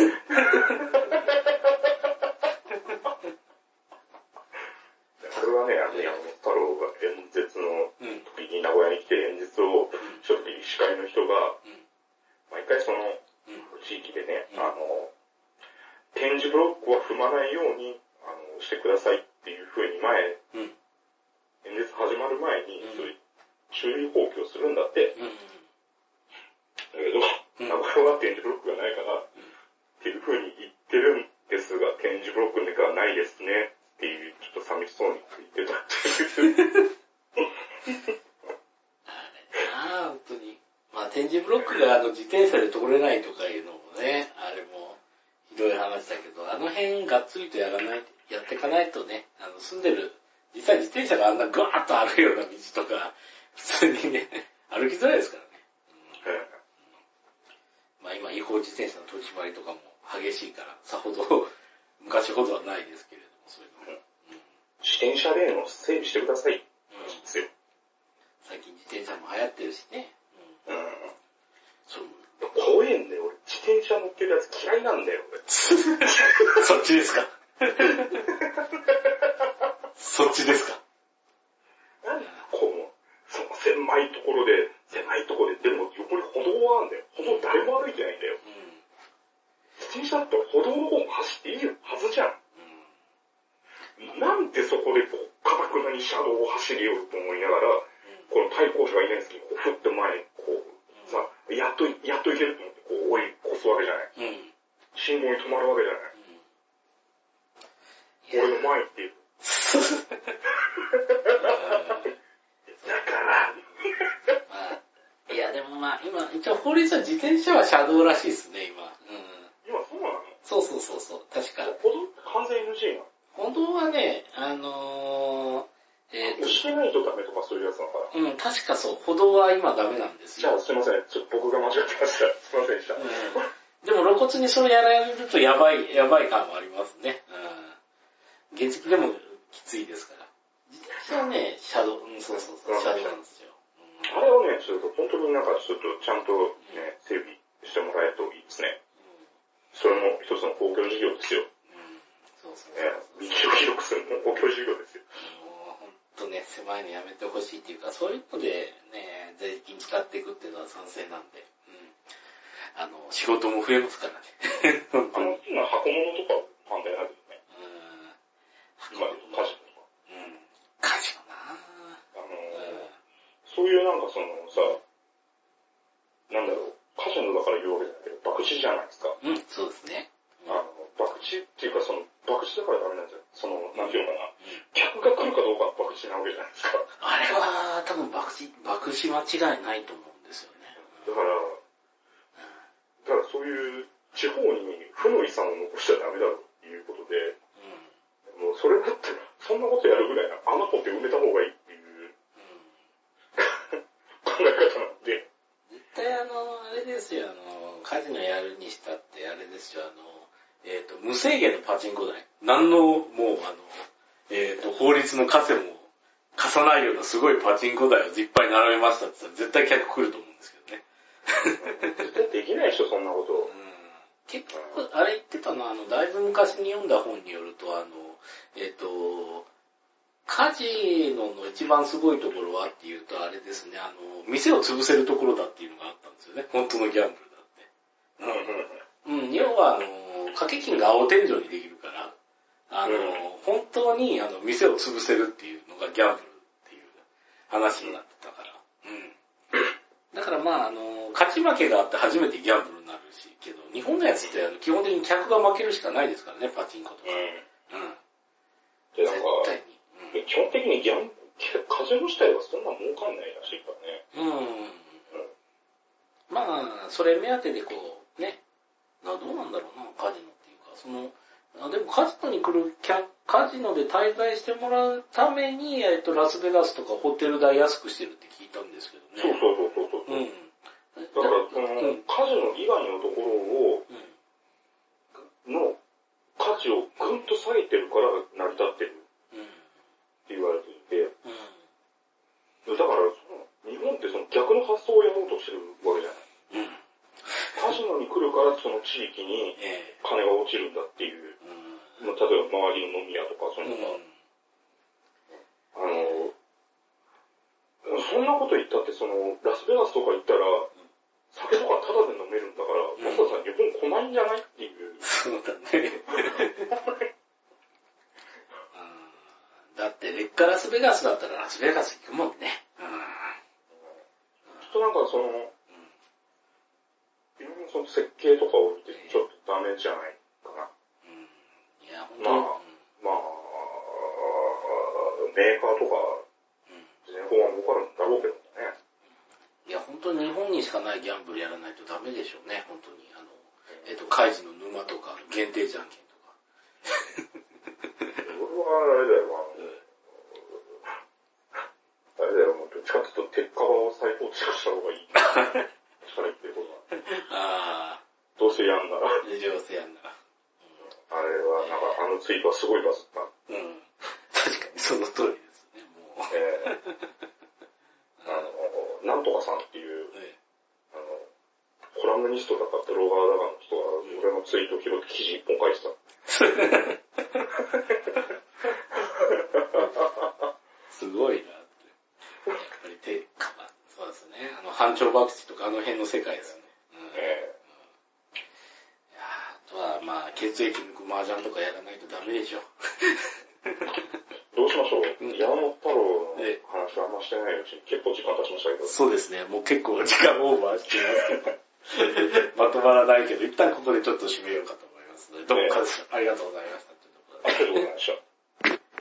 これはね、あの、山本太郎が演説の時に名古屋に来て演説をした時に司会の人が、毎回その地域でね、あの、点字ブロックは踏まないようにあのしてくださいっていう風に前、演説始まる前に、そういう注意報告をするんだって。だけど、名古屋は点字ブロックがないから、っていう風に言ってるんですが、点字ブロックがないですねっていう、ちょっと寂しそうに言ってたっていう。 あれなぁ、本当に。まあ、点字ブロックがあの自転車で通れないとかいうのもね、あれもひどい話だけど、あの辺がっつりとやらない、やっていかないとね、あの住んでる、実際自転車があんなグワーッと歩くような道とか、普通にね、歩きづらいですからね。うん、まあ今違法自転車の取り締まりとかも激しいから、さほど昔ほどはないですけれども、そういうのも。うん、 自転車レーンを整備してください。うん、 最近自転車も流行ってるしね。うん。うん、 そう。怖えんだよ、俺。自転車乗ってるやつ嫌いなんだよ、俺。 そっちですか？そっちですか？ なんこの、その狭いところで、狭いところで、でも横に歩道はあるんだよ。歩道誰も歩いてないんだよ。うん、自転車だって歩道の方も走っていいはずじゃん。うん、なんでそこでこう、かたくなに車道を走りようと思いながら、うん、この対向車がいないんですけど、こう、ふって前にこう、うん、さ、やっと、やっと行けると思って、こう、追い越すわけじゃない。うん、信号に止まるわけじゃない。うん、俺の前っていう。だから、 まあ、いやでもまあ今一応法律は自転車は車道らしいですね今。うん、 今そうなの？ そうそうそうそう、確か。 歩道って完全 エヌジー なの？ 歩道はね、あのー、えー、してないとダメとかそういうやつなのかな。うん、確かそう。歩道は今ダメなんですよ。 じゃあすいません、ちょっと僕が間違ってました。すいませんでした。うん、 でも露骨にそれやられるとやばいやばい感はありますね。うん、原付でもきついですから。自転車はね、車道、うん、そうそうそう、車道なんですよ。 あれをね、ちょっと本当になんかちょっとちゃんとね、整備してもらえるといいですね。それも一つの公共事業ですよ。そうそうそう。道を広くするのも公共事業ですよ。 もうほんとね、狭いのやめてほしいっていうか、そういうのでね、税金使っていくっていうのは賛成なんで、うん、あの、仕事も増えますからね。 あの、今箱物とか反対なんですね。うん。まあ、カジノとか。 うん。カジノなぁ。 あのー、うん、そういうなんかそのさ、なんだろう、カジノだから言うわけじゃないけど、博打じゃないですか。 うん、そうですね。 あの、博打っていうかその、博打だからダメなんですよ。その、なんていうのかな。うん、客が来るかどうかの博打なわけじゃないですか。 あれは、多分博打、博打間違いないと思うんですよね。 だから、だからそういう地方に負の遺産を残しちゃダメだろうっていうことで、うん、もうそれだったら、そんなことやるぐらいな穴掘って埋めた方がいいっていう、うん、考え方なんで。 絶対あの、あれですよ、あの、カジノやるにしたってあれですよ、あの、えっと、無制限のパチンコ台。何の、もうあの、えっと、法律の枷も貸さないようなすごいパチンコ台をいっぱい並べましたって言ったら絶対客来ると思うんですけどね。 絶対できないでしょ、そんなこと。うん、 結局、あれ言ってたのは、あの、だいぶ昔に読んだ本によると、あの、えっと、カジノの一番すごいところはっていうと、あれですね、あの、店を潰せるところだっていうのがあったんですよね。本当のギャンブルだって。うん。うん、要は、あの、掛け金が青天井にできるから、あの、うん、本当に、あの、店を潰せるっていうのがギャンブルっていう話になってたから。うん。だからまあ、あの、勝ち負けがあって初めてギャンブルになるし、けど、日本のやつってあの基本的に客が負けるしかないですからね、パチンコとか。うん。うん。 で、なんか、絶対に。うん、基本的にギャン、カジノ自体はそんな儲かんないらしいからね。うん。うん、 まあ、それ目当てでこう、ね、どうなんだろうな、カジノっていうか、その、 あでもカジノに来るカジノで滞在してもらうために、えっと、ラスベガスとかホテル代安くしてるって聞いたんですけどね。 そうそうそうそうそう。うん、だから、その、うん、カジノ以外のところを、うん、の価値をぐんと下げてるから成り立ってるって言われていて、うん、だからその、日本ってその逆の発想をやろうとしてるわけじゃない。うん、カジノに来るからその地域に金が落ちるんだっていう、うん、例えば周りの飲み屋とかそういうのが、うん、あの、そんなこと言ったってその、ラスベガスとか行ったら、酒とかタダで飲めるんだから、マサさん日本来ないんじゃないっていう。 そうだね。だってレッカラスベガスだったらラスベガス行くもんね。うん。 ちょっとなんかその、うん、いろんなその設計とかを見てちょっとダメじゃないかな。うん。いや、本当に。まあ、まあ、メーカーとか、全方は儲かるんだろうけどね。 いや、本当に日本にしかないギャンブルやらないとダメでしょうね、本当に。あの、えっと、カイジの沼とか、限定じゃんけんとか。 俺はあれだよ、あの、あれだよ、どっちかっていうと、鉄火場を再構築した方がいい。力言ってることは。ああ。どうせやんなら。 どうせやんなら。 うん、あれは、なんか、あのツイートはすごいバズった。 うん。確かにその通りですね、もう。えー、あの、なんとかさんっていう、えー、あの、コラムニストだかブロガーだかの人が、俺のツイートを拾って記事一本書いてた。 すごいなって。やっぱり手、そうですね。あの、班長博打とかあの辺の世界ですよね。うんえー、いやあとは、まあ、血液抜く麻雀とかやらないとダメでしょ。 どうしましょう、うん、山本太郎の話はあんましてないうちに結構時間経ちましたけど。 そうですね。もう結構時間オーバーしてますけど。まとまらないけど、一旦ここでちょっと締めようかと思いますので、どうも、ありがとうございました。 ありがとうございました。